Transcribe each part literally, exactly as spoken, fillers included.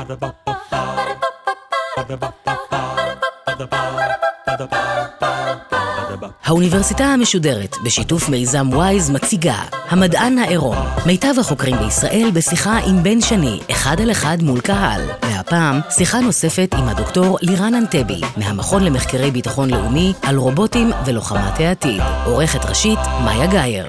האוניברסיטה המשודרת בשיתוף מיזם וויז מציגה המדען העירום, מיטב החוקרים בישראל בשיחה עם בן שני, אחד על אחד מול קהל. והפעם שיחה נוספת עם הדוקטור לירן אנטבי מהמכון למחקרי ביטחון לאומי על רובוטים ולוחמת העתיד. עורכת ראשית מאיה גייר.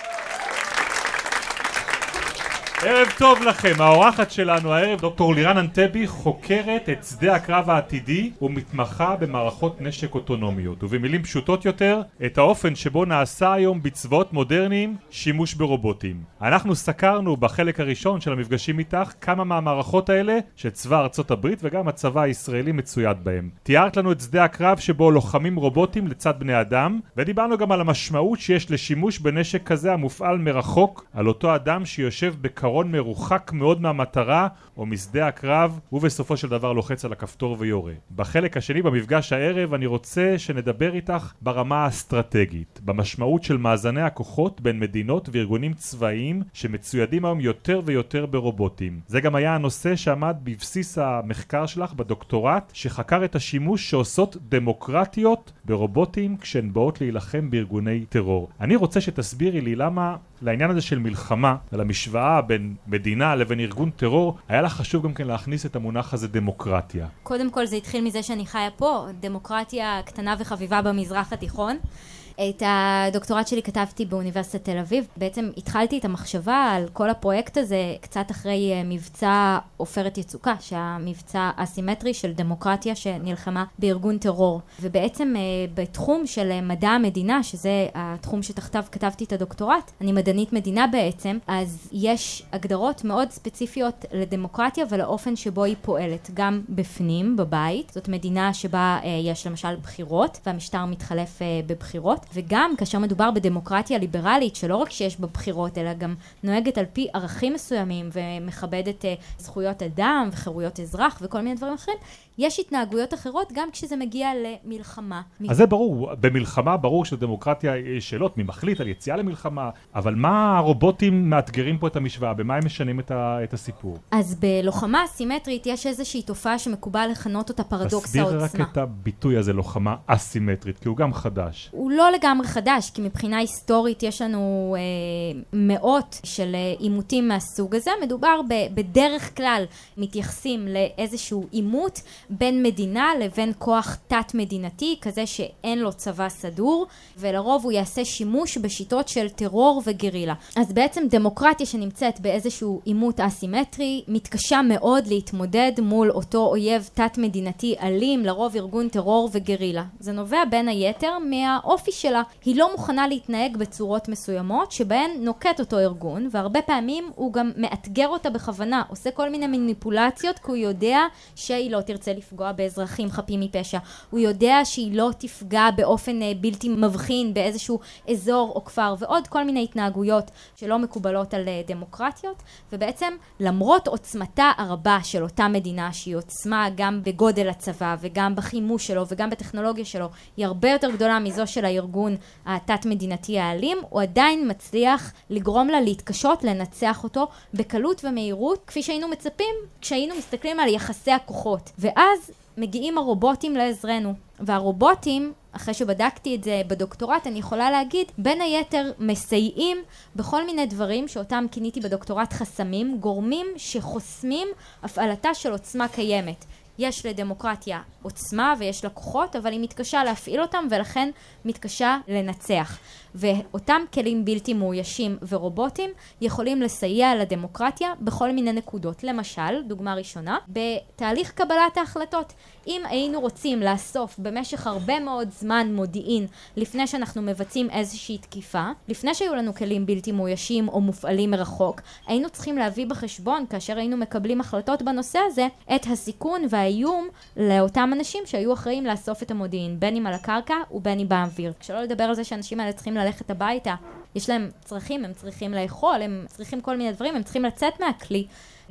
ערב טוב לכם, האורחת שלנו הערב דוקטור לירן אנטבי, חוקרת את שדה הקרב העתידי ומתמחה במערכות נשק אוטונומיות, ובמילים פשוטות יותר, את האופן שבו נעשה היום בצבאות מודרניים שימוש ברובוטים. אנחנו סקרנו בחלק הראשון של המפגשים איתך כמה מהמערכות האלה שצבא ארצות הברית וגם הצבא הישראלי מצויד בהם. תיארת לנו את שדה הקרב שבו לוחמים רובוטים לצד בני אדם, ודיברנו גם על המשמעות שיש לשימוש בנשק כזה המופעל מרחוק על אותו אדם שיושב בקרוב מרוחק מאוד מהמטרה או משדה הקרב, ובסופו של דבר לוחץ על הכפתור ויורה. בחלק השני במפגש הערב אני רוצה שנדבר איתך ברמה האסטרטגית, במשמעות של מאזני הכוחות בין מדינות וארגונים צבאיים שמצוידים היום יותר ויותר ברובוטים. זה גם היה הנושא שעמד בבסיס המחקר שלך בדוקטורט, שחקר את השימוש שעושות דמוקרטיות ברובוטים כשהן באות להילחם בארגוני טרור. אני רוצה שתסבירי לי למה לעניין הזה של מלחמה, על המשוואה בין מדינה לבין ארגון טרור, היה לה חשוב גם כן להכניס את המונח הזה דמוקרטיה. קודם כל זה התחיל מזה שאני חיה פה, דמוקרטיה קטנה וחביבה במזרח התיכון. את הדוקטורט שלי כתבתי באוניברסיטת תל אביב. בעצם התחלתי את המחשבה על כל הפרויקט הזה קצת אחרי מבצע עופרת יצוקה, שהמבצע אסימטרי של דמוקרטיה שנלחמה בארגון טרור. ובעצם בתחום של מדע המדינה, שזה התחום שתחתיו כתבתי את הדוקטורט, אני מדענית מדינה בעצם, אז יש הגדרות מאוד ספציפיות לדמוקרטיה ולאופן שבו היא פועלת, גם בפנים, בבית. זאת מדינה שבה יש למשל בחירות, והמשטר מתחלף בבחירות. וגם כאשר מדובר בדמוקרטיה ליברלית, שלא רק שיש בה בחירות, אלא גם נוהגת על פי ערכים מסוימים, ומכבדת זכויות אדם וחירויות אזרח וכל מיני דברים אחרים, יש התנהגויות אחרות גם כשזה מגיע למלחמה. אז זה ברור, במלחמה ברור שדמוקרטיה יש שאלות, מי מחליט על יציאה למלחמה, אבל מה הרובוטים מאתגרים פה את המשוואה? במה הם משנים את, ה, את הסיפור? אז בלוחמה אסימטרית יש איזושהי תופעה שמקובל לכנות אותה פרדוקס העוצמה. תסביר רק את הביטוי הזה, לוחמה אסימטרית, כי הוא גם חדש. הוא לא לגמרי חדש, כי מבחינה היסטורית יש לנו אה, מאות של עימותים מהסוג הזה. מדובר ב, בדרך כלל מתייחסים לאיזשהו עימות בין מדינה לבין כוח תת-מדינתי, כזה שאין לו צבא סדור, ולרוב הוא יעשה שימוש בשיטות של טרור וגרילה. אז בעצם דמוקרטיה שנמצאת באיזשהו עימות אסימטרי, מתקשה מאוד להתמודד מול אותו אויב תת-מדינתי אלים, לרוב ארגון טרור וגרילה. זה נובע בין היתר מהאופי שלה. היא לא מוכנה להתנהג בצורות מסוימות, שבהן נוקט אותו ארגון, והרבה פעמים הוא גם מאתגר אותה בכוונה, עושה כל מיני מניפולציות, כי הוא יודע שהיא לא תרצה לפגוע באזרחים חפים מפשע. הוא יודע שהיא לא תפגע באופן בלתי מבחין באיזשהו אזור או כפר, ועוד כל מיני התנהגויות שלא מקובלות על דמוקרטיות. ובעצם למרות עוצמתה הרבה של אותה מדינה, שהיא עוצמה גם בגודל הצבא וגם בחימוש שלו וגם בטכנולוגיה שלו, היא הרבה יותר גדולה מזו של הארגון התת-מדינתי האלים, הוא עדיין מצליח לגרום לה להתקשות, לנצח אותו בקלות ומהירות, כפי שהיינו מצפים כשהיינו מסתכלים על יחסי הכוחות. ואז מגיעים הרובוטים לעזרנו. והרובוטים, אחרי שבדקתי את זה בדוקטורט, אני יכולה להגיד, בין היתר מסייעים בכל מיני דברים שאותם כיניתי בדוקטורט חסמים, גורמים שחוסמים הפעלתה של עוצמה קיימת. יש לדמוקרטיה עוצמה ויש לה כוחות, אבל היא מתקשה להפעיל אותם ולכן מתקשה לנצח. ואותם כלים בלתי מאוישים ורובוטים יכולים לסייע לדמוקרטיה בכל מיני נקודות. למשל, דוגמה ראשונה, בתהליך קבלת ההחלטות. אם היינו רוצים לאסוף במשך הרבה מאוד זמן מודיעין לפני שאנחנו מבצעים איזושהי תקיפה, לפני שהיו לנו כלים בלתי מאוישים או מופעלים מרחוק, היינו צריכים להביא בחשבון, כאשר היינו מקבלים החלטות בנושא הזה, את הסיכון והאיום לאותם אנשים שהיו אחראים לאסוף את המודיעין, בין אם על הקרקע ובין אם באוויר. כשלא לדבר על זה שאנשים האלה צריכים ללכת הביתה, יש להם צרכים, הם צריכים לאכול, הם צריכים כל מיני דברים, הם צריכים לצאת מהכלי.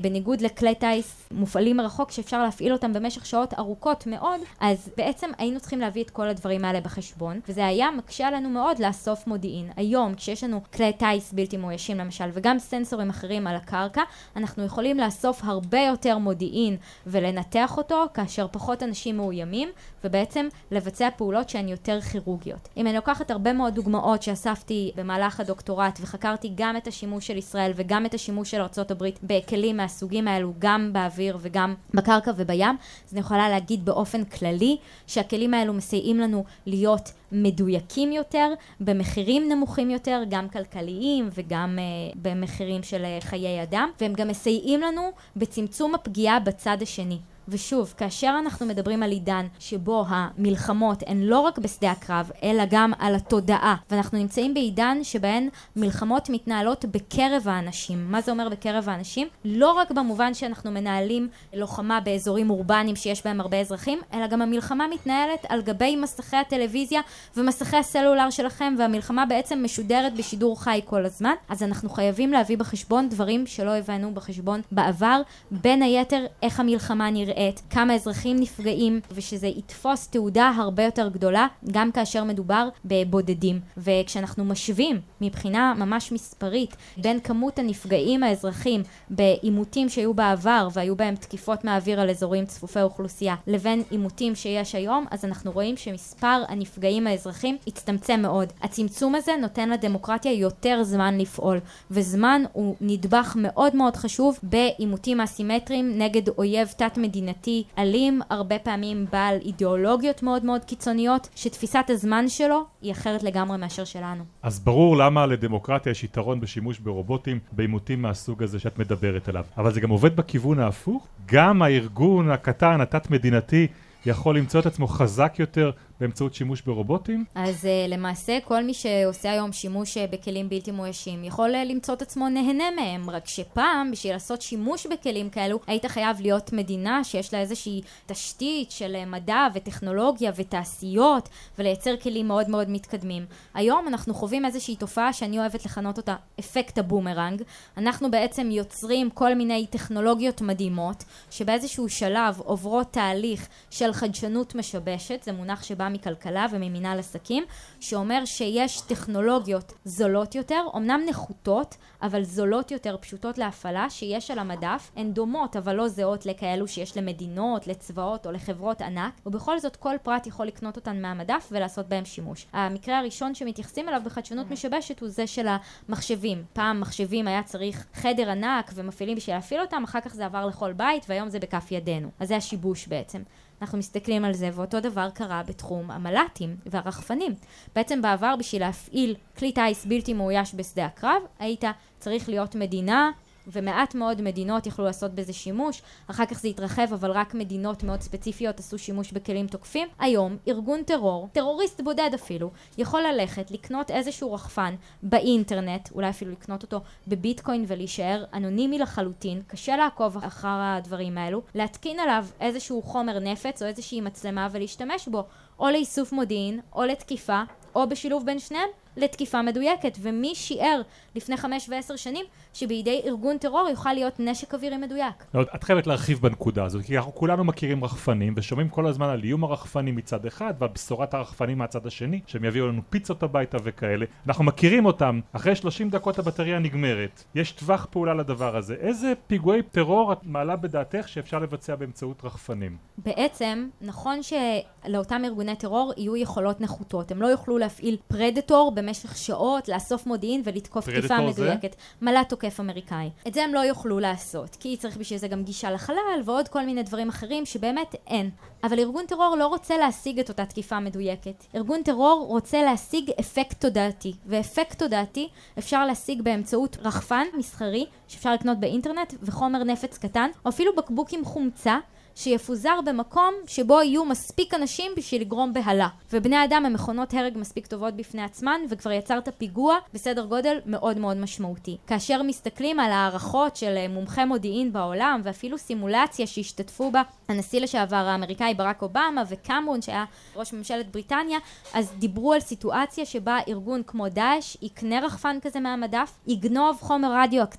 בניגוד לכלי טייס מופעלים מרחוק שאפשר להפעיל אותם במשך שעות ארוכות מאוד, אז בעצם היינו צריכים להביא את כל הדברים האלה בחשבון, וזה היה מקשה לנו מאוד לאסוף מודיעין. היום, כשיש לנו כלי טייס בלתי מאוישים למשל, וגם סנסורים אחרים על הקרקע, אנחנו יכולים לאסוף הרבה יותר מודיעין ולנתח אותו, כאשר פחות אנשים מאוימים, ובעצם לבצע פעולות שהן יותר כירורגיות. אם אני לוקחת הרבה מאוד דוגמאות שאספתי במהלך הדוקטורט, וחקרתי גם את השימוש של ישראל וגם את השימוש של ארצות הברית בכלים מהסוגים האלו, גם באוויר וגם בקרקע ובים, אז אני יכולה להגיד באופן כללי שהכלים האלו מסייעים לנו להיות מדויקים יותר, במחירים נמוכים יותר, גם כלכליים וגם uh, במחירים של uh, חיי אדם, והם גם מסייעים לנו בצמצום הפגיעה בצד השני. ושוב, כאשר אנחנו מדברים על עידן שבו המלחמות הן לא רק בשדה הקרב, אלא גם על התודעה, ואנחנו נמצאים בעידן שבהן מלחמות מתנהלות בקרב האנשים. מה זה אומר בקרב האנשים? לא רק במובן שאנחנו מנהלים לוחמה באזורים אורבניים שיש בהם הרבה אזרחים, אלא גם המלחמה מתנהלת על גבי מסכי הטלוויזיה ומסכי הסלולר שלכם, והמלחמה בעצם משודרת בשידור חי כל הזמן. אז אנחנו חייבים להביא בחשבון דברים שלא הבאנו בחשבון בעבר, בין היתר איך המלחמה נראית, כמה אזרחים נפגעים, ושזה יתפוס תעודה הרבה יותר גדולה, גם כאשר מדובר בבודדים. וכשאנחנו משווים מבחינה ממש מספרית בין כמות הנפגעים האזרחים בעימותים שהיו בעבר והיו בהם תקיפות מהאוויר על אזורים צפופי אוכלוסייה, לבין עימותים שיש היום, אז אנחנו רואים שמספר הנפגעים האזרחים הצטמצם מאוד. הצמצום הזה נותן לדמוקרטיה יותר זמן לפעול, וזמן הוא נדבך מאוד מאוד חשוב בעימותים אסימטריים נגד אויב תת מדינתי אלים, הרבה פעמים בעל אידיאולוגיות מאוד מאוד קיצוניות, שתפיסת הזמן שלו היא אחרת לגמרי מאשר שלנו. אז ברור למה לדמוקרטיה יש יתרון בשימוש ברובוטים בעימותים מהסוג הזה שאת מדברת עליו. אבל זה גם עובד בכיוון ההפוך. גם הארגון הקטן, התת מדינתי, יכול למצוא את עצמו חזק יותר באמצעות שימוש ברובוטים? אז uh, למעשה כל מי שעושה היום שימוש uh, בכלים בלתי מאוישים יכול uh, למצוא את עצמו נהנה מהם, רק שפעם בשביל לעשות שימוש בכלים כאלו היית חייב להיות מדינה שיש לה איזושהי תשתית של uh, מדע וטכנולוגיה ותעשיות ולייצר כלים מאוד מאוד מתקדמים. היום אנחנו חווים איזושהי תופעה שאני אוהבת לכנות אותה אפקט הבומרנג. אנחנו בעצם יוצרים כל מיני טכנולוגיות מדהימות שבאיזשהו שלב עוברות תהליך של חדשנות משבשת, זה מונח שבא מכלכלה וממינהל עסקים, שאומר שיש טכנולוגיות זולות יותר, אמנם נחותות, אבל זולות יותר, פשוטות להפעלה, שיש על המדף, הן דומות אבל לא זהות לכאלו שיש למדינות, לצבאות או לחברות ענק, ובכל זאת כל פרט יכול לקנות אותן מהמדף ולעשות בהם שימוש. המקרה הראשון שמתייחסים אליו בחדשנות משבשת הוא זה של המחשבים. פעם מחשבים היה צריך חדר ענק ומפעילים בשביל להפעיל אותם, אחר כך זה עבר לכל בית והיום זה בכף ידינו. אז זה השיבוש בעצם. אנחנו מסתכלים על זה, ואותו דבר קרה בתחום המל"טים והרחפנים. בעצם בעבר בשביל להפעיל כלי טייס בלתי מאויש בשדה הקרב, היית צריך להיות מדינה, ומעט מאוד מדינות יכלו לעשות בזה שימוש. אחר כך זה התרחב, אבל רק מדינות מאוד ספציפיות עשו שימוש בכלים תוקפים. היום ארגון טרור, טרוריסט בודד אפילו, יכול ללכת לקנות איזשהו רחפן באינטרנט, אולי אפילו לקנות אותו בביטקוין ולהישאר אנונימי לחלוטין, קשה לעקוב אחר הדברים האלו, להתקין עליו איזשהו חומר נפץ או איזושהי מצלמה ולהשתמש בו, או לאיסוף מודיעין, או לתקיפה, או בשילוב בין שניהם, לתקיפה מדויקת. ומי שיער לפני חמש ועשר שנים שבידי ארגון טרור יוכל להיות נשק אווירי מדויק. את חייבת להרחיב בנקודה הזאת, כי אנחנו כולנו מכירים רחפנים ושומעים כל הזמן על איום הרחפנים מצד אחד ועל בשורת הרחפנים מהצד השני, שהם יביאו לנו פיצות הביתה וכאלה. אנחנו מכירים אותם, אחרי שלושים דקות הבטריה נגמרת. יש טווח פעולה לדבר הזה. איזה פיגועי טרור את מעלה בדעתך שאפשר לבצע באמצעות רחפנים? בעצם נכון שלאותם ארגוני טרור יהיו יכולות נחותות. הם לא יוכלו להפעיל פרדטור במשך שעות, לאסוף מודיעין ולתקוף תקיפה מדויקת. מל"ט תוקף אמריקאי. את זה הם לא יוכלו לעשות, כי צריך בשביל זה גם גישה לחלל ועוד כל מיני דברים אחרים שבאמת אין. אבל ארגון טרור לא רוצה להשיג את אותה תקיפה מדויקת. ארגון טרור רוצה להשיג אפקט תודעתי, ואפקט תודעתי אפשר להשיג באמצעות רחפן מסחרי שאפשר לקנות באינטרנט וחומר נפץ קטן, או אפילו בקבוק עם חומצה שיפוזר במקום שבו יהיו מספיק אנשים בשביל לגרום בהלה. ובני אדם הם מכונות הרג מספיק טובות בפני עצמן, וכבר יצרת פיגוע בסדר גודל מאוד מאוד משמעותי. כאשר מסתכלים על הערכות של מומחי מודיעין בעולם, ואפילו סימולציה שהשתתפו בה הנשיא לשעבר האמריקאי ברק אובמה וקמרון שהיה ראש ממשלת בריטניה, אז דיברו על סיטואציה שבה ארגון כמו דאעש יקנה רחפן כזה מהמדף, יגנוב חומר רדיואקטיבי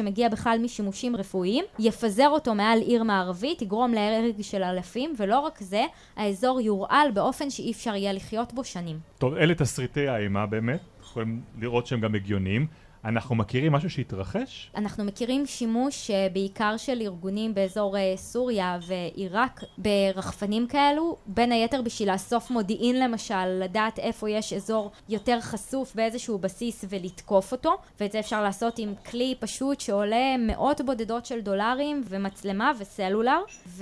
שמגיע בכלל משימושים רפואיים, יפזר אותו מעל עיר מערבית, יגרום להרג של אלפים, ולא רק זה, האזור יורעל באופן שאי אפשר יהיה לחיות בו שנים. טוב, אלה תסריטי האימה באמת, יכולים לראות שהם גם הגיוניים. אנחנו מכירים משהו שהתרחש? אנחנו מכירים שימוש בעיקר של ארגונים באזור סוריה ועיראק ברחפנים כאלו, בין היתר בשביל לאסוף מודיעין למשל, לדעת איפה יש אזור יותר חשוף באיזשהו בסיס ולתקוף אותו, ואת זה אפשר לעשות עם כלי פשוט שעולה מאות בודדות של דולרים ומצלמה וסלולר,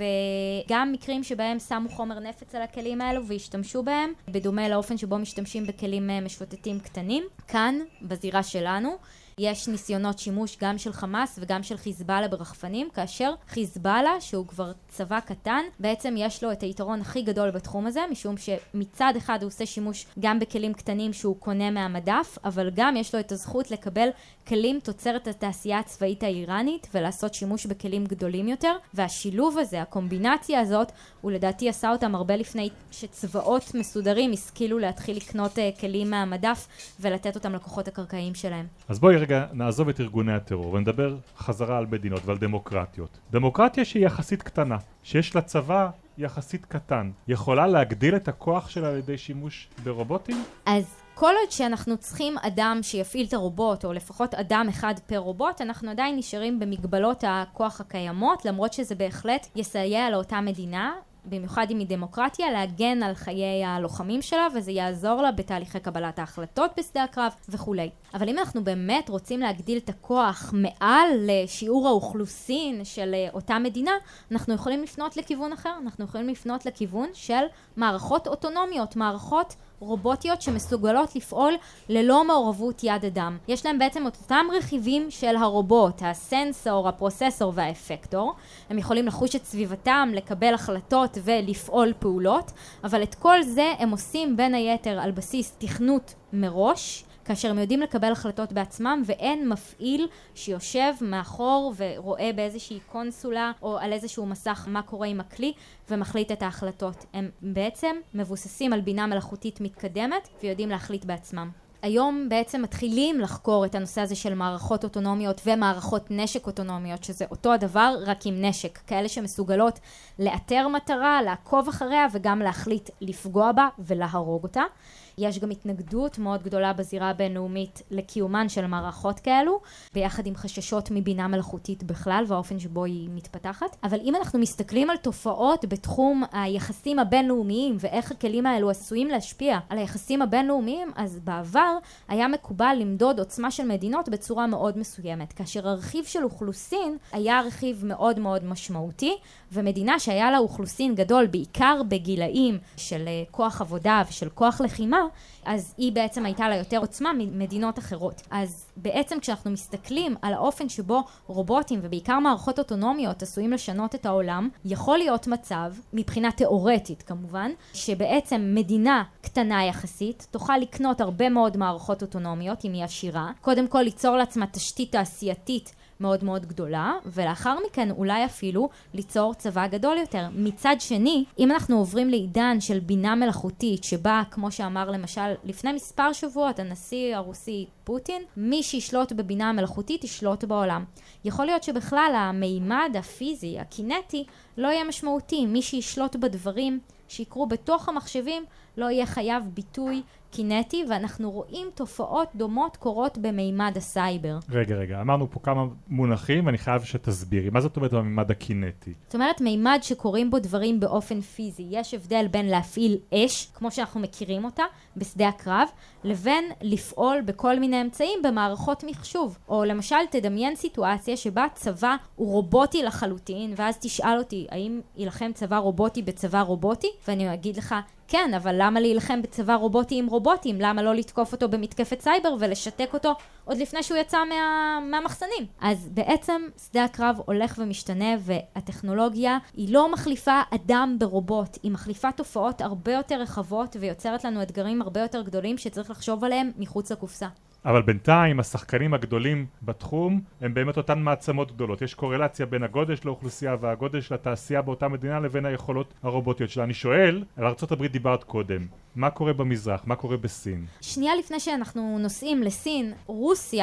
וגם מקרים שבהם שמו חומר נפץ על הכלים האלו והשתמשו בהם, בדומה לאופן שבו משתמשים בכלים משוטטים קטנים. כאן, בזירה שלנו, יש ניסיונות שימוש גם של חמאס וגם של חיזבאללה ברחפנים, כאשר חיזבאללה, שהוא כבר צבא קטן, בעצם יש לו את היתרון הכי גדול בתחום הזה, משום שמצד אחד הוא עושה שימוש גם בכלים קטנים שהוא קונה מהמדף, אבל גם יש לו את הזכות לקבל כלים תוצרת התעשייה הצבאית האיראנית, ולעשות שימוש בכלים גדולים יותר, והשילוב הזה, הקומבינציה הזאת, הוא לדעתי עשה אותם הרבה לפני שצבאות מסודרים השכילו להתחיל לקנות כלים מהמדף, ולתת אותם לכוחות הקרקעיים שלהם. אז בואי רגע נעזוב את ארגוני הטרור ונדבר חזרה על מדינות ועל דמוקרטיות. דמוקרטיה שהיא יחסית קטנה, שיש לה צבא יחסית קטן, יכולה להגדיל את הכוח שלה על ידי שימוש ברובוטים? אז כל עוד שאנחנו צריכים אדם שיפעיל את הרובוט, או לפחות אדם אחד פר רובוט, אנחנו עדיין נשארים במגבלות הכוח הקיימות, למרות שזה בהחלט יסייע לאותה מדינה, במיוחד אם היא דמוקרטיה, להגן על חיי הלוחמים שלה, וזה יעזור לה בתהליכי קבלת ההחלטות בשדה הקרב וכו'. אבל אם אנחנו באמת רוצים להגדיל את הכוח מעל לשיעור האוכלוסין של אותה מדינה, אנחנו יכולים לפנות לכיוון אחר, אנחנו יכולים לפנות לכיוון של מערכות אוטונומיות, מערכות רובוטיות שמסוגלות לפעול ללא מעורבות יד אדם. יש להם בעצם את אותם רכיבים של הרובוט, הסנסור, הפרוססור והאפקטור. הם יכולים לחוש את סביבתם, לקבל החלטות ולפעול פעולות, אבל את כל זה הם עושים בין היתר על בסיס תכנות מראש, כאשר הם יודעים לקבל החלטות בעצמם, ואין מפעיל שיושב מאחור ורואה באיזושהי קונסולה או על איזשהו מסך מה קורה עם הכלי ומחליט את ההחלטות. הם בעצם מבוססים על בינה מלאכותית מתקדמת ויודעים להחליט בעצמם. היום בעצם מתחילים לחקור את הנושא הזה של מערכות אוטונומיות ומערכות נשק אוטונומיות, שזה אותו הדבר רק עם נשק, כאלה שמסוגלות לאתר מטרה, לעקוב אחריה וגם להחליט לפגוע בה ולהרוג אותה. יש גם התנגדות מאוד גדולה בזירה הבינלאומית לקיומן של מערכות כאלו, ביחד עם חששות מבינה מלאכותית בכלל והאופן שבו היא מתפתחת. אבל אם אנחנו מסתכלים על תופעות בתחום היחסים הבינלאומיים ואיך הכלים האלו עשויים להשפיע על היחסים הבינלאומיים, אז בעבר היה מקובל למדוד עוצמה של מדינות בצורה מאוד מסוימת, כאשר הרכיב של אוכלוסין היה רכיב מאוד מאוד משמעותי, ומדינה שהיה לה אוכלוסין גדול בעיקר בגילאים של כוח עבודה ושל כוח לחימה, אז היא בעצם הייתה לה יותר עוצמה ממדינות אחרות. אז בעצם כשאנחנו מסתכלים על האופן שבו רובוטים ובעיקר מערכות אוטונומיות עשויים לשנות את העולם, יכול להיות מצב, מבחינה תיאורטית כמובן, שבעצם מדינה קטנה יחסית תוכל לקנות הרבה מאוד מערכות אוטונומיות אם היא עשירה, קודם כל ליצור לעצמה תשתית תעשייתית מאוד מאוד גדולה, ולאחר מכן אולי אפילו ליצור צבא גדול יותר. מצד שני, אם אנחנו עוברים לעידן של בינה מלאכותית, שבה, כמו שאמר למשל לפני מספר שבועות הנשיא הרוסי פוטין, מי שישלוט בבינה המלאכותית ישלוט בעולם. יכול להיות שבכלל המימד הפיזי, הקינטי, לא יהיה משמעותי. מי שישלוט בדברים שיקרו בתוך המחשבים לא יהיה חייב ביטוי קינטי, ואנחנו רואים תופעות דומות קורות במימד הסייבר. רגע, רגע, אמרנו פה כמה מונחים, ואני חייב שתסבירי. מה זאת אומרת במימד הקינטי? זאת אומרת, מימד שקורים בו דברים באופן פיזי. יש הבדל בין להפעיל אש, כמו שאנחנו מכירים אותה, בשדה הקרב, לבין לפעול בכל מיני אמצעים במערכות מחשוב. או למשל, תדמיין סיטואציה שבה צבא הוא רובוטי לחלוטין, ואז תשאל אותי, האם ילחם צבא רובוטי בצבא רובוטי? ואני אגיד לך, כן, אבל למה להילחם בצבא רובוטי עם רובוטים? למה לא לתקוף אותו במתקפת סייבר ולשתק אותו עוד לפני שהוא יצא מה... מהמחסנים? אז בעצם שדה הקרב הולך ומשתנה, והטכנולוגיה היא לא מחליפה אדם ברובוט, היא מחליפה תופעות הרבה יותר רחבות ויוצרת לנו אתגרים הרבה יותר גדולים שצריך לחשוב עליהם מחוץ לקופסה. אבל בינתיים השחקנים הגדולים בתחום הם באמת אותן מעצמות גדולות. יש קורלציה בין הגודל של האוכלוסייה והגודל של התעשייה באותה מדינה לבין היכולות הרובוטיות שלה. אני שואל, על ארצות הברית דיברת קודם, מה קורה במזרח? מה קורה בסין? שנייה לפני שאנחנו נוסעים לסין, רוסיה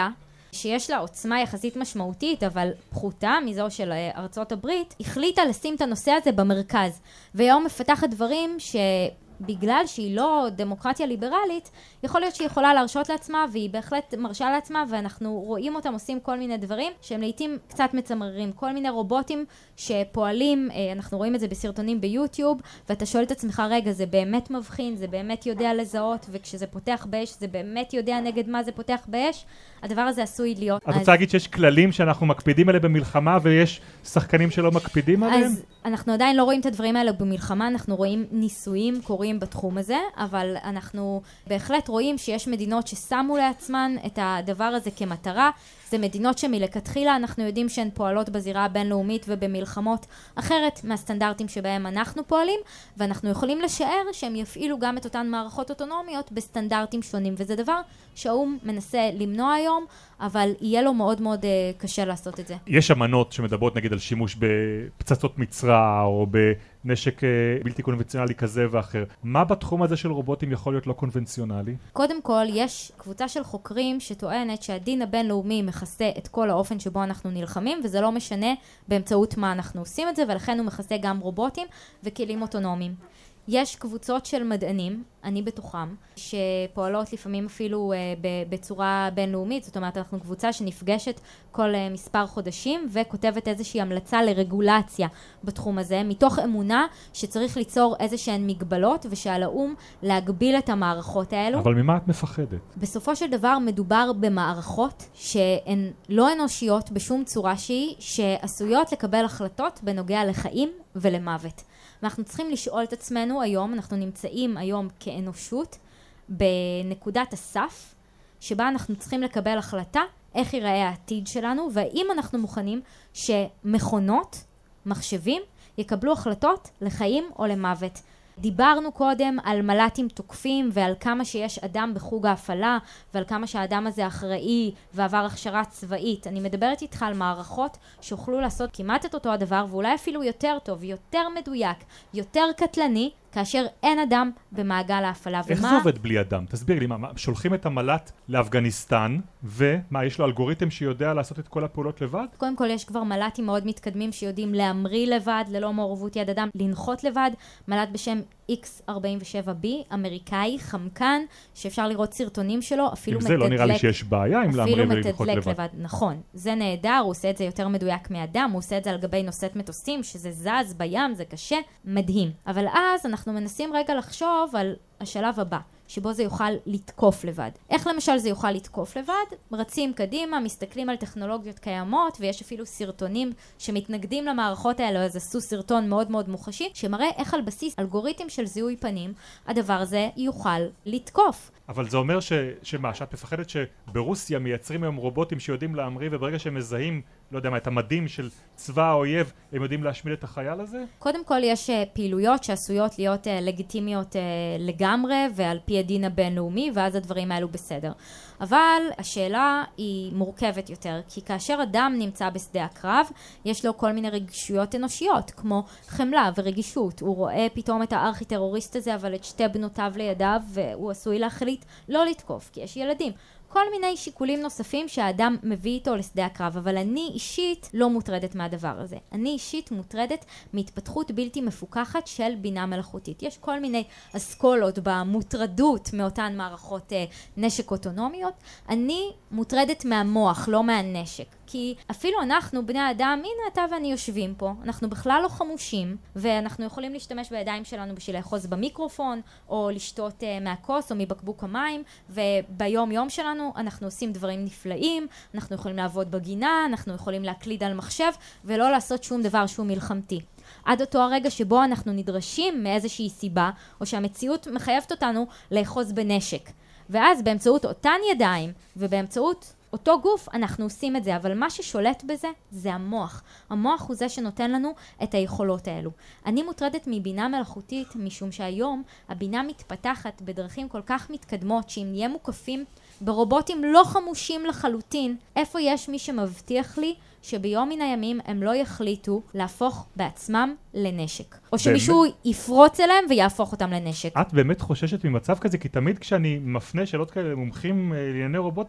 שיש לה עוצמה יחסית משמעותית, אבל פחותה מזו של ארצות הברית, החליטה לשים את הנושא הזה במרכז. והיום מפתחת דברים ש... בגלל שהיא לא דמוקרטיה ליברלית, יכול להיות שהיא יכולה להרשות לעצמה, והיא בהחלט מרשה לעצמה, ואנחנו רואים אותם עושים כל מיני דברים, שהם לעתים קצת מצמררים, כל מיני רובוטים שפועלים, אנחנו רואים את זה בסרטונים ביוטיוב, ואתה שואל את עצמך, רגע, זה באמת מבחין, זה באמת יודע לזהות, וכשזה פותח באש, זה באמת יודע נגד מה זה פותח באש, הדבר הזה עשוי להיות. את רוצה להגיד שיש כללים שאנחנו מקפידים עליהם במלחמה, ויש שחקנים שלא מקפידים עליהם? אז אנחנו עדיין לא רואים את הדברים האלה במלחמה, אנחנו רואים ניסויים קורים בתחום הזה, אבל אנחנו בהחלט רואים שיש מדינות ששמו לעצמן את הדבר הזה כמטרה. זה מדינות שמלכתחילה אנחנו יודעים שהן פועלות בזירה הבינלאומית ובמלחמות אחרת מהסטנדרטים שבהם אנחנו פועלים, ואנחנו יכולים לשער שהם יפעילו גם את אותן מערכות אוטונומיות בסטנדרטים שונים, וזה דבר שהאום מנסה למנוע היום, אבל יהיה לו מאוד מאוד uh, קשה לעשות את זה. יש אמנות שמדברות נגיד על שימוש בפצצות מצרע או בנשק uh, בלתי קונבנציונלי כזה ואחר. מה בתחום הזה של רובוטים יכול להיות לא קונבנציונלי? קודם כל, יש קבוצה של חוקרים שטוענת שהדין הבינלאומי מכסה את כל האופן שבו אנחנו נלחמים, וזה לא משנה באמצעות מה אנחנו עושים את זה, ולכן הוא מכסה גם רובוטים וכלים אוטונומיים. יש קבוצות של מדענים, אני בתוכם, שפועלות לפעמים אפילו uh, בצורה בינלאומית, זאת אומרת, אנחנו קבוצה שנפגשת כל uh, מספר חודשים, וכותבת איזושהי המלצה לרגולציה בתחום הזה, מתוך אמונה שצריך ליצור איזשהן מגבלות, ושעל האום להגביל את המערכות האלו. אבל ממה את מפחדת? בסופו של דבר מדובר במערכות שהן לא אנושיות בשום צורה שהיא, שעשויות לקבל החלטות בנוגע לחיים ולמוות. ואנחנו צריכים לשאול את עצמנו היום, אנחנו נמצאים היום כאנושות בנקודת הסף, שבה אנחנו צריכים לקבל החלטה איך ייראה העתיד שלנו, והאם אנחנו מוכנים שמכונות, מחשבים, יקבלו החלטות לחיים או למוות. דיברנו קודם על מל"טים תוקפים ועל כמה שיש אדם בחוג ההפעלה ועל כמה שהאדם הזה אחראי ועבר הכשרה צבאית. אני מדברת איתך על מערכות שיוכלו לעשות כמעט את אותו הדבר ואולי אפילו יותר טוב, יותר מדויק, יותר קטלני, כאשר אין אדם במעגל ההפעלה. איך ומה... זה עובד בלי אדם? תסביר לי, מה, שולחים את המל"ט לאפגניסטן, ומה, יש לו אלגוריתם שיודע לעשות את כל הפעולות לבד? קודם כל, יש כבר מל"טים מאוד מתקדמים שיודעים להמריא לבד, ללא מעורבות יד אדם, לנחות לבד. מל"ט בשם אקס ארבעים ושבע בי, אמריקאי, חמקן, שאפשר לראות סרטונים שלו, אפילו מתדלק. עם זה לא נראה לי שיש בעיה עם להמריא ולנחות לבד. לבד. נכון, זה נהדר, הוא עושה את זה יותר מדויק מאדם, הוא עושה את זה על גבי נושאת מטוסים, שזה זז בים, זה קשה, מדהים. אבל אז אנחנו מנסים רגע לחשוב על השלב הבא, שבו זה יוכל לתקוף לבד. איך למשל זה יוכל לתקוף לבד? רצים קדימה, מסתכלים על טכנולוגיות קיימות, ויש אפילו סרטונים שמתנגדים למערכות האלה, אז עשו סרטון מאוד מאוד מוחשי, שמראה איך על בסיס אלגוריתם של זיהוי פנים, הדבר הזה יוכל לתקוף. אבל זה אומר ש... שמה, שאת מפחדת שברוסיה מייצרים היום רובוטים שיודעים להמריא, וברגע שהם מזהים, לא יודע מה, את המדים של צבא האויב, הם יודעים להשמיד את החייל הזה? קודם כל יש פעילויות שעשויות להיות לגיטימיות לגמרי, ועל פי הדין הבינלאומי, ואז הדברים האלו בסדר. אבל השאלה היא מורכבת יותר, כי כאשר אדם נמצא בשדה הקרב, יש לו כל מיני רגישויות אנושיות, כמו חמלה ורגישות. הוא רואה פתאום את הארכי-טרוריסט הזה, אבל את שתי בנותיו לידיו, והוא עשוי להחליט לא לתקוף, כי יש ילדים. כל מיני שיקולים נוספים שהאדם מביא איתו לשדה הקרב, אבל אני אישית לא מוטרדת מהדבר הזה. אני אישית מוטרדת מהתפתחות בלתי מפוקחת של בינה מלאכותית. יש כל מיני אסכולות במוטרדות מאותן מערכות אה, נשק אוטונומיות. אני מוטרדת מהמוח, לא מהנשק. כי אפילו אנחנו, בני האדם, הנה אתה ואני יושבים פה, אנחנו בכלל לא חמושים, ואנחנו יכולים להשתמש בידיים שלנו בשביל לאחוז במיקרופון, או לשתות uh, מהכוס או מבקבוק המים, וביום יום שלנו אנחנו עושים דברים נפלאים, אנחנו יכולים לעבוד בגינה, אנחנו יכולים להקליד על מחשב, ולא לעשות שום דבר שהוא מלחמתי. עד אותו הרגע שבו אנחנו נדרשים מאיזושהי סיבה, או שהמציאות מחייבת אותנו לאחוז בנשק. ואז באמצעות אותן ידיים, ובאמצעות אותו גוף אנחנו עושים את זה, אבל מה ששולט בזה זה המוח. המוח הוא זה שנותן לנו את היכולות האלו. אני מוטרדת מבינה מלאכותית משום שהיום הבינה מתפתחת בדרכים כל כך מתקדמות שאם נהיה מוקפים ברובוטים לא חמושים לחלוטין, איפה יש מי שמבטיח לי שביום מן הימים הם לא יחליטו להפוך בעצמם לנשק. או שמישהו באמת יפרוץ אליהם ויהפוך אותם לנשק. את באמת חוששת ממצב כזה? כי תמיד כשאני מפנה שאלות כאלה למומחים לענייני רובוטיקה,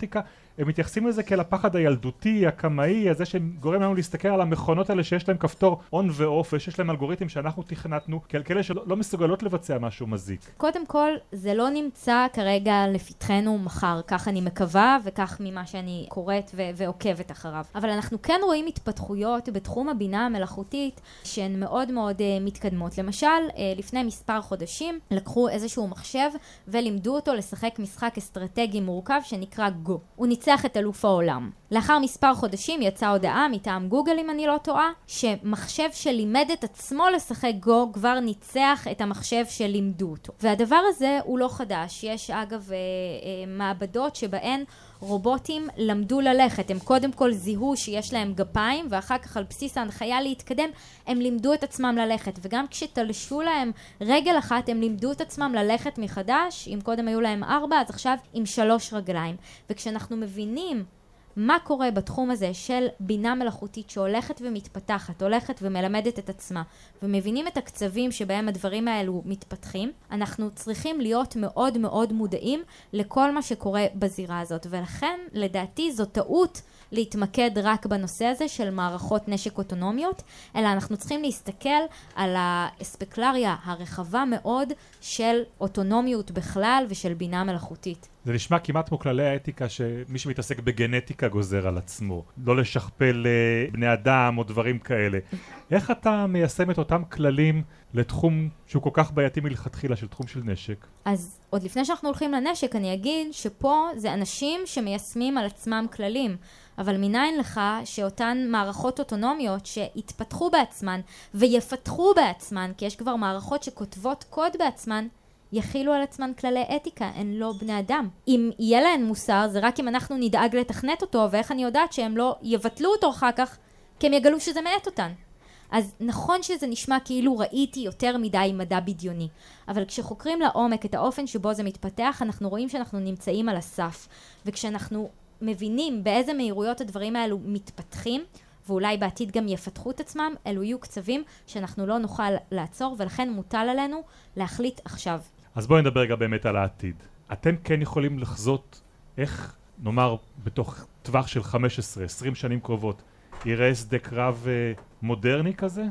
הם מתייחסים לזה כאל הפחד הילדותי, הקמאי, הזה שגורם לנו להסתכל על המכונות האלה שיש להם כפתור און ואוף, ושיש להם אלגוריתם שאנחנו תכנתנו, כאל כאלה שלא לא מסוגלות לבצע משהו מזיק. קודם כל, זה לא נמצא כרגע לפתחנו מחר, כך אני מקווה, וכך ממה שאני קוראת ו- ועוקבת אחריו. אבל אנחנו כן רואים התפתחויות בתחום הבינה המלאכותית, שהן מאוד מאוד uh, מתקדמות. למשל, uh, לפני מספר חודשים, לקחו איזשהו מחשב, ולימדו אותו לשחק משחק אסטרטגי מורכב שנקרא גו. הוא ניצח את אלוף העולם. לאחר מספר חודשים יצאה הודעה מטעם גוגל, אם אני לא טועה, שמחשב שלימד את עצמו לשחק גו כבר ניצח את המחשב שלימדו אותו. והדבר הזה הוא לא חדש. יש אגב אה, אה, מעבדות שבהן רובוטים למדו ללכת. הם קודם כל זיהו שיש להם גפיים, ואחר כך על בסיס ההנחיה להתקדם, הם לימדו את עצמם ללכת. וגם כשתלשו להם רגל אחת, הם לימדו את עצמם ללכת מחדש. אם קודם היו להם ארבע, אז עכשיו עם שלוש רגליים. וכשאנחנו מבינים מה קורה בתחום הזה של בינה מלאכותית שהולכת ומתפתחת, הולכת ומלמדת את עצמה, ומבינים את הקצבים שבהם הדברים האלו מתפתחים, אנחנו צריכים להיות מאוד מאוד מודעים לכל מה שקורה בזירה הזאת. ולכן, לדעתי, זו טעות להתמקד רק בנושא הזה של מערכות נשק אוטונומיות, אלא אנחנו צריכים להסתכל על האספקלריה הרחבה מאוד של אוטונומיות בכלל ושל בינה מלאכותית. זה נשמע כמעט כמו כללי האתיקה שמי שמתעסק בגנטיקה גוזר על עצמו, לא לשכפל בני אדם או דברים כאלה. איך אתה מיישם את אותם כללים לתחום שהוא כל כך בעייתי מלכתחילה, של תחום של נשק? אז עוד לפני שאנחנו הולכים לנשק, אני אגיד שפה זה אנשים שמיישמים על עצמם כללים, אבל מניין לך שאותן מערכות אוטונומיות שהתפתחו בעצמן ויפתחו בעצמן, כי יש כבר מערכות שכותבות קוד בעצמן, יכילו על עצמן כללי אתיקה, הן לא בני אדם. אם יהיה להן מוסר, זה רק אם אנחנו נדאג לתכנת אותו, ואיך אני יודעת שהם לא יבטלו אותו אחר כך, כי הם יגלו שזה מעט אותן. אז נכון שזה נשמע כאילו ראיתי יותר מדי מדע בדיוני, אבל כשחוקרים לעומק את האופן שבו זה מתפתח, אנחנו רואים שאנחנו נמצאים על הסף, וכשאנחנו מבינים באיזה מהירויות הדברים האלו מתפתחים, ואולי בעתיד גם יפתחו את עצמם, אלו יהיו קצבים שאנחנו לא נוכל לעצור, ולכן מוטל עלינו להחליט עכשיו. אז בואי נדבר גם באמת על העתיד. אתם כן יכולים לחזות איך, נאמר, בתוך טווח של חמש עשרה עשרים שנים קרובות, יראה שדה קרב אה, מודרני כזה?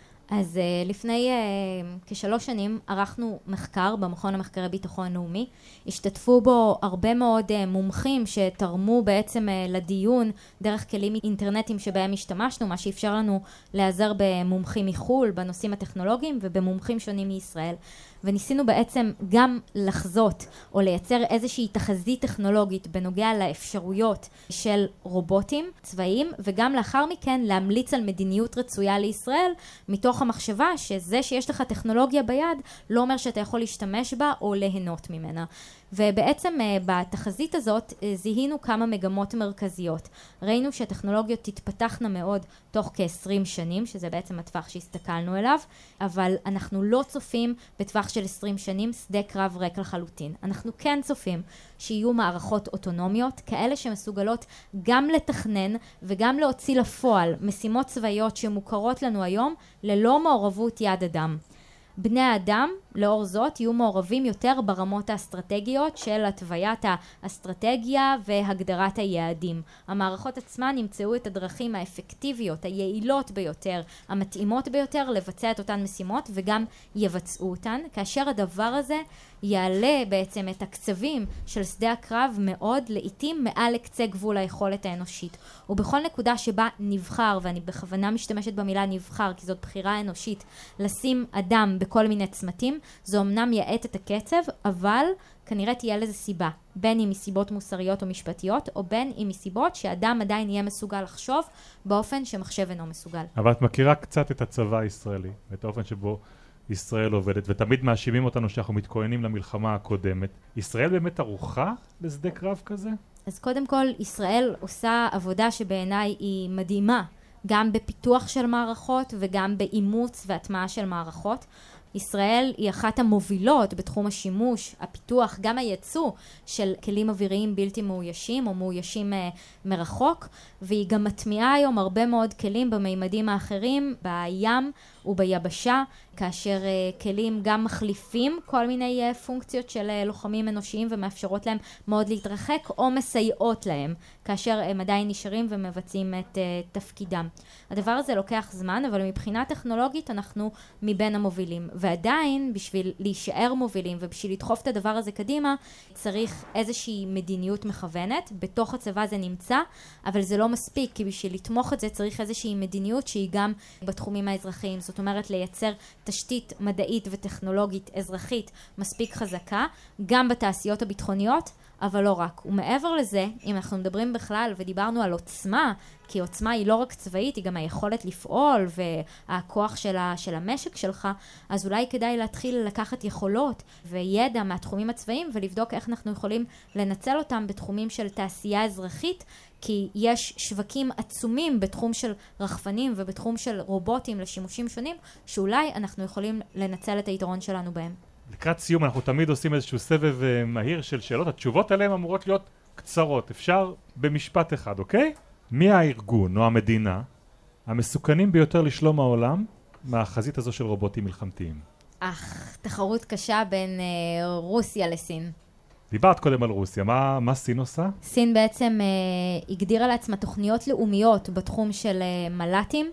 אז uh, לפני uh, כשלוש שנים ערכנו מחקר במכון המחקרי ביטחון לאומי. השתתפו בו הרבה מאוד uh, מומחים שתרמו בעצם uh, לדיון דרך כלים אינטרנטיים שבהם השתמשנו, מה שאפשר לנו להיעזר במומחים מחול, בנושאים הטכנולוגיים ובמומחים שונים מישראל. וניסינו בעצם גם לחזות או לייצר איזושהי תחזית טכנולוגית בנוגע לאפשרויות של רובוטים צבאיים, וגם לאחר מכן להמליץ על מדיניות רצויה לישראל, מתוך המחשבה שזה שיש לך טכנולוגיה ביד לא אומר שאתה יכול להשתמש בה או ליהנות ממנה. ובעצם בתחזית הזאת זיהינו כמה מגמות מרכזיות. ראינו שהטכנולוגיות תתפתחנה מאוד תוך כ-עשרים שנים, שזה בעצם הטווח שהסתכלנו אליו, אבל אנחנו לא צופים בטווח של עשרים שנים שדה קרב ריק לחלוטין. אנחנו כן צופים שיהיו מערכות אוטונומיות, כאלה שמסוגלות גם לתכנן וגם להוציא לפועל משימות צבאיות שמוכרות לנו היום ללא מעורבות יד אדם. בני האדם, לאור זאת, יהיו מעורבים יותר ברמות האסטרטגיות של התוויית האסטרטגיה והגדרת היעדים. המערכות עצמן נמצאו את הדרכים האפקטיביות, היעילות ביותר, המתאימות ביותר לבצע את אותן משימות וגם יבצעו אותן, כאשר הדבר הזה יעלה בעצם את הקצבים של שדה הקרב מאוד, לעתים מעל לקצה גבול היכולת האנושית. ובכל נקודה שבה נבחר, ואני בכוונה משתמשת במילה נבחר, כי זאת בחירה אנושית, לשים אדם בכל מיני צמתים, זו אמנם יעט את הקצב, אבל כנראה תהיה לזה סיבה, בין אם מסיבות מוסריות או משפטיות, או בין אם מסיבות שאדם עדיין יהיה מסוגל לחשוב באופן שמחשב אינו מסוגל. אבל את מכירה קצת את הצבא הישראלי, את האופן שבו ישראל עובדת, ותמיד מאשימים אותנו שאנחנו מתכוננים למלחמה הקודמת. ישראל באמת ערוכה לשדה קרב כזה? אז קודם כל, ישראל עושה עבודה שבעיניי היא מדהימה, גם בפיתוח של מערכות וגם באימוץ והטמעה של מערכות. ישראל היא אחת המובילות בתחום השימוש, הפיתוח, גם הייצוא של כלים אוויריים בלתי מאוישים או מאוישים uh, מרחוק, והיא גם מטמיעה היום הרבה מאוד כלים במימדים האחרים, בים וביבשה, כאשר uh, כלים גם מחליפים כל מיני uh, פונקציות של uh, לוחמים אנושיים ומאפשרות להם מאוד להתרחק או מסייעות להם, כאשר הם עדיין נשארים ומבצעים את uh, תפקידם. הדבר הזה לוקח זמן, אבל מבחינה טכנולוגית אנחנו מבין המובילים. ועדיין, בשביל להישאר מובילים ובשביל לדחוף את הדבר הזה קדימה, צריך איזושהי מדיניות מכוונת. בתוך הצבא זה נמצא, אבל זה לא מספיק, כי בשביל לתמוך את זה צריך איזושהי מדיניות שהיא גם בתחומים האזרחיים. זאת אומרת, לייצר תשתית מדעית וטכנולוגית אזרחית מספיק חזקה, גם בתעשיות הביטחוניות, אבל לא רק. ומעבר לזה, אם אנחנו מדברים בכלל ודיברנו על עוצמה, כי עוצמה היא לא רק צבאית, היא גם היכולת לפעול והכוח של, ה, של המשק שלך, אז אולי כדאי להתחיל לקחת יכולות וידע מהתחומים הצבאיים ולבדוק איך אנחנו יכולים לנצל אותם בתחומים של תעשייה אזרחית, כי יש שווקים עצומים בתחום של רחפנים ובתחום של רובוטים לשימושים שונים, שאולי אנחנו יכולים לנצל את היתרון שלנו בהם. לקראת סיום אנחנו תמיד עושים איזשהו סבב uh, מהיר של שאלות, התשובות עליהן אמורות להיות קצרות, אפשר במשפט אחד, אוקיי? מי הארגון או המדינה המסוכנים ביותר לשלום העולם מהחזית הזו של רובוטים מלחמתיים? אך, תחרות קשה בין uh, רוסיה לסין. דיברת קודם על רוסיה, מה, מה סין עושה? סין בעצם uh, הגדירה לעצמה תוכניות לאומיות בתחום של uh, מל"טים,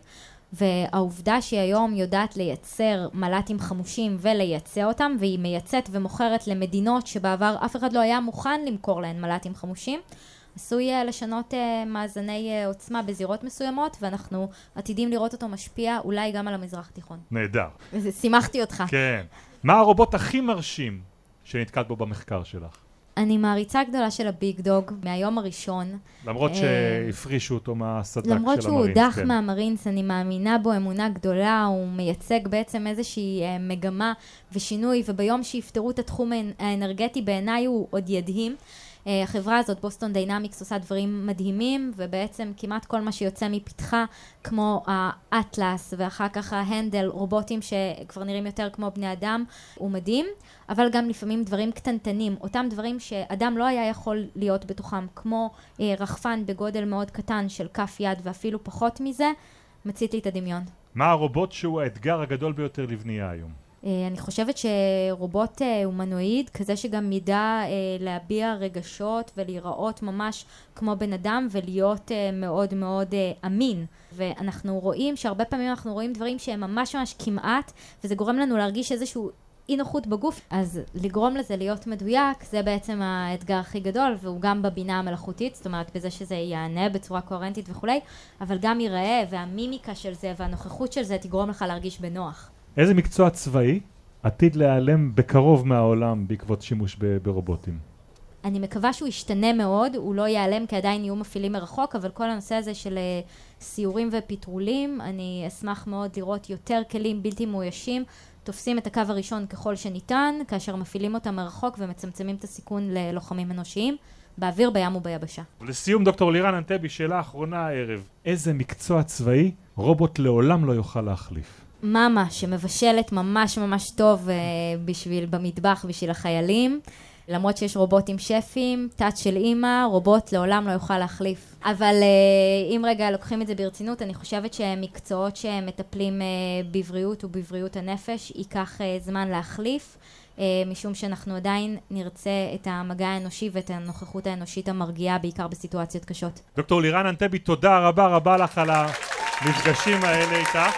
והעובדה שהיא היום יודעת לייצר מל"טים חמושים ולייצא אותם, והיא מייצאת ומוכרת למדינות שבעבר אף אחד לא היה מוכן למכור להן מל"טים חמושים, עשוי לשנות uh, מאזני uh, עוצמה בזירות מסוימות, ואנחנו עתידים לראות אותו משפיע אולי גם על המזרח התיכון. נהדר. שימחתי אותך. כן. מה הרובוט הכי מרשים שנתקלת בו במחקר שלך? אני מעריצה גדולה של הביג דוג מהיום הראשון. למרות שהפרישו אותו מהסדק של המרינס. למרות שהוא הודח מהמרינס, אני מאמינה בו אמונה גדולה, הוא מייצג בעצם איזושהי מגמה ושינוי, וביום שיפתרו את התחום האנרגטי בעיניי הוא עוד ידהים. החברה הזאת, בוסטון דיינמיקס, עושה דברים מדהימים, ובעצם כמעט כל מה שיוצא מפתחה, כמו האטלס, ואחר כך ההנדל, רובוטים שכבר נראים יותר כמו בני אדם, הוא מדהים, אבל גם לפעמים דברים קטנטנים, אותם דברים שאדם לא היה יכול להיות בתוכם, כמו רחפן בגודל מאוד קטן של כף יד, ואפילו פחות מזה, מצית לי את הדמיון. מה הרובוט שהוא האתגר הגדול ביותר לבנייה היום? אני חושבת שרובוט הומנואיד, כזה שגם ידע להביע רגשות ולהיראות ממש כמו בן אדם ולהיות מאוד מאוד אמין. ואנחנו רואים שהרבה פעמים אנחנו רואים דברים שהם ממש ממש כמעט, וזה גורם לנו להרגיש איזשהו אי נוחות בגוף. אז לגרום לזה להיות מדויק, זה בעצם האתגר הכי גדול, והוא גם בבינה המלאכותית, זאת אומרת בזה שזה יענה בצורה קוהרנטית וכולי, אבל גם ייראה, והמימיקה של זה והנוכחות של זה תגרום לך להרגיש בנוח. איזה מקצוע צבאי עתיד להיעלם בקרוב מהעולם בעקבות שימוש ברובוטים? אני מקווה שהוא ישתנה מאוד, הוא לא ייעלם כי עדיין יהיו מפעילים מרחוק, אבל כל הנושא הזה של סיורים ופטרולים, אני אשמח מאוד לראות יותר כלים בלתי מאוישים, תופסים את הקו הראשון ככל שניתן, כאשר מפעילים אותם מרחוק ומצמצמים את הסיכון ללוחמים אנושיים, באוויר, בים וביבשה. ולסיום, דוקטור לירן אנטבי, שאלה אחרונה הערב. איזה מקצוע צבאי רובוט לעולם לא יוכל להחליף? מאמה שמבשלת ממש ממש טוב uh, בשביל במטבח, בשביל החיילים. למרות שיש רובוטים שפים, תת של אימא, רובוט לעולם לא יוכל להחליף. אבל uh, אם רגע לוקחים את זה ברצינות, אני חושבת שמקצועות שמטפלים uh, בבריאות ובבריאות הנפש, ייקח uh, זמן להחליף, uh, משום שאנחנו עדיין נרצה את המגע האנושי ואת הנוכחות האנושית המרגיעה, בעיקר בסיטואציות קשות. דוקטור לירן אנטבי, תודה רבה רבה לך על המפגשים האלה איתך.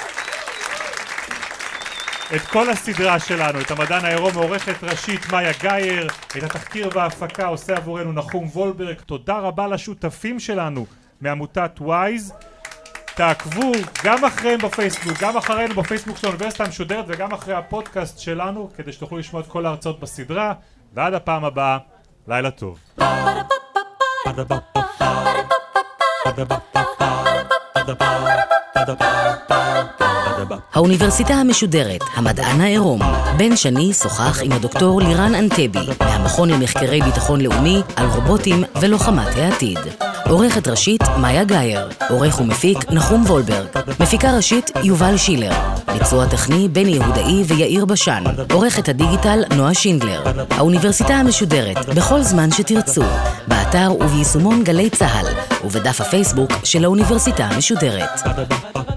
את כל הסדרה שלנו, את המדען העירום, מעורכת ראשית מאיה גייר, את התחקיר וההפקה עושה עבורנו נחום וולברג. תודה רבה לשותפים שלנו מעמותת וויז. תעקבו גם אחריהם בפייסבוק, גם אחרינו בפייסבוק של האוניברסיטה המשודרת וגם אחרי הפודקאסט שלנו, כדי שתוכלו לשמוע את כל ההרצאות בסדרה. ועד הפעם הבאה, לילה טוב. האוניברסיטה המשודרת, המדען העירום. בן שני שוחח עם הדוקטור לירן אנטבי מהמכון למחקרי ביטחון לאומי על רובוטים ולוחמת העתיד. עורכת ראשית מאיה גייר, עורך ומפיק נחום וולברג, מפיקה ראשית יובל שילר, ביצוע טכני בני יהודאי ויאיר בשן, עורכת הדיגיטל נועה שינדלר. האוניברסיטה המשודרת בכל זמן שתרצו, באתר וביישומון גלי צהל ובדף הפייסבוק של האוניברסיטה המשודרת.